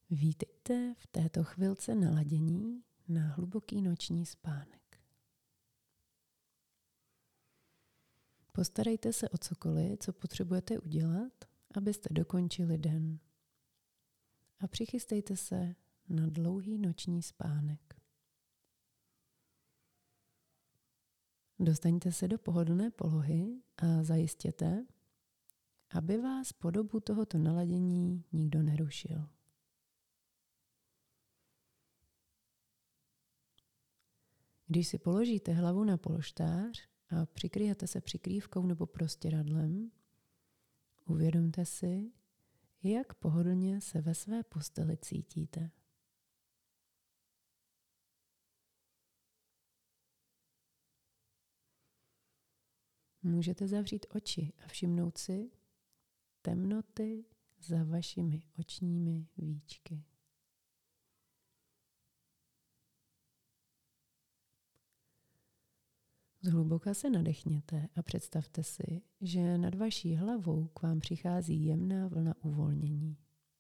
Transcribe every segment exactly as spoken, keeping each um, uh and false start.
Vítejte v této chvilce naladění na hluboký noční spánek. Postarejte se o cokoliv, co potřebujete udělat, abyste dokončili den. A přichystejte se na dlouhý noční spánek. Dostaňte se do pohodlné polohy a zajistěte, aby vás po dobu tohoto naladění nikdo nerušil. Když si položíte hlavu na polštář a přikryjete se přikrývkou nebo prostěradlem, uvědomte si, jak pohodlně se ve své posteli cítíte. Můžete zavřít oči a všimnout si temnoty za vašimi očními víčky. Zhluboka se nadechněte a představte si, že nad vaší hlavou k vám přichází jemná vlna uvolnění.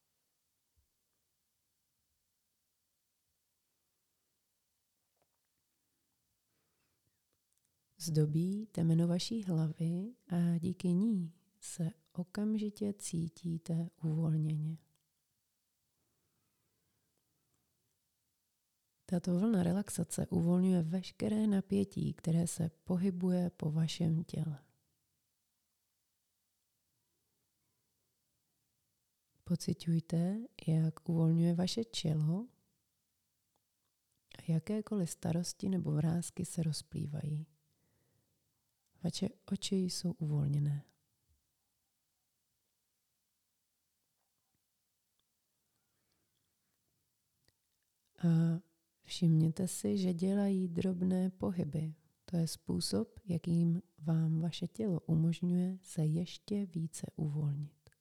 Zdobí temeno vaší hlavy a díky ní se okamžitě cítíte uvolněně. Tato vlna relaxace uvolňuje veškeré napětí, které se pohybuje po vašem těle. Pociťujte, jak uvolňuje vaše tělo a jakékoliv starosti nebo vrásky se rozplývají. Vaše oči jsou uvolněné. A všimněte si, že dělají drobné pohyby. To je způsob, jakým vám vaše tělo umožňuje se ještě více uvolnit.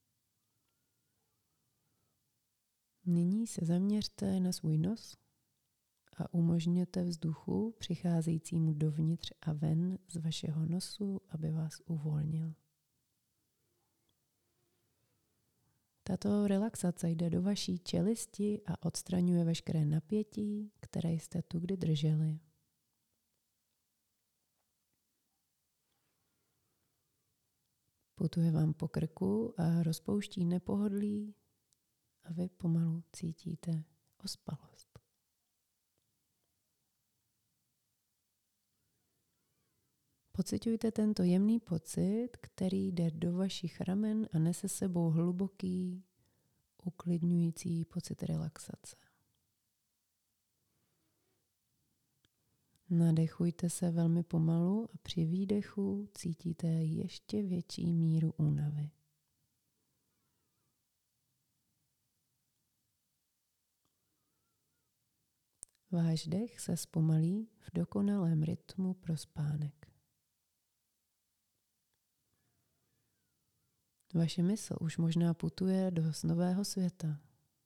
Nyní se zaměřte na svůj nos a umožněte vzduchu přicházejícímu dovnitř a ven z vašeho nosu, aby vás uvolnil. Tato relaxace jde do vaší čelisti a odstraňuje veškeré napětí, které jste tu kdy drželi. Putuje vám po krku a rozpouští nepohodlí a vy pomalu cítíte ospalost. Pociťujte tento jemný pocit, který jde do vašich ramen a nese sebou hluboký, uklidňující pocit relaxace. Nadechujte se velmi pomalu a při výdechu cítíte ještě větší míru únavy. Váš dech se zpomalí v dokonalém rytmu pro spánek. Vaše mysl už možná putuje do snového světa.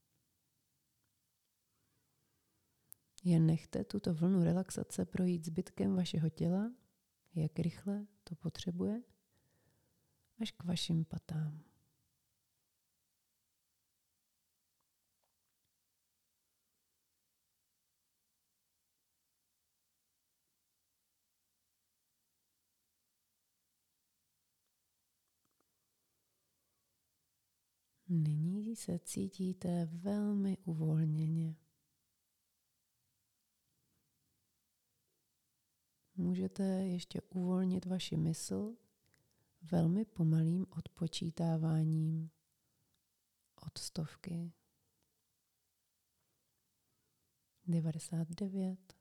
Jen nechte tuto vlnu relaxace projít zbytkem vašeho těla, jak rychle to potřebuje, až k vašim patám. Nyní se cítíte velmi uvolněně. Můžete ještě uvolnit vaši mysl velmi pomalým odpočítáváním od stovky. devadesát devět,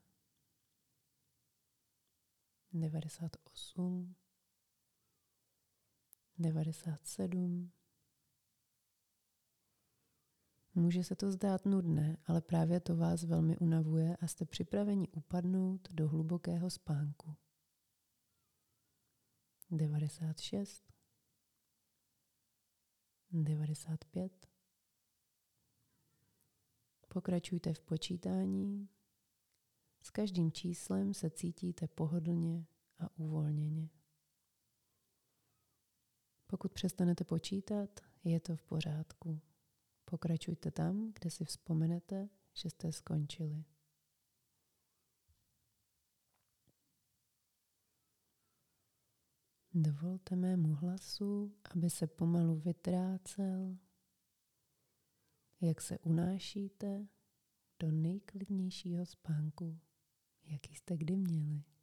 devadesát osm, devadesát sedm. Může se to zdát nudné, ale právě to vás velmi unavuje a jste připraveni upadnout do hlubokého spánku. devadesát šest, devadesát pět. Pokračujte v počítání. S každým číslem se cítíte pohodlně a uvolněně. Pokud přestanete počítat, je to v pořádku. Pokračujte tam, kde si vzpomenete, že jste skončili. Dovolte mému hlasu, aby se pomalu vytrácel, jak se unášíte do nejklidnějšího spánku, jaký jste kdy měli.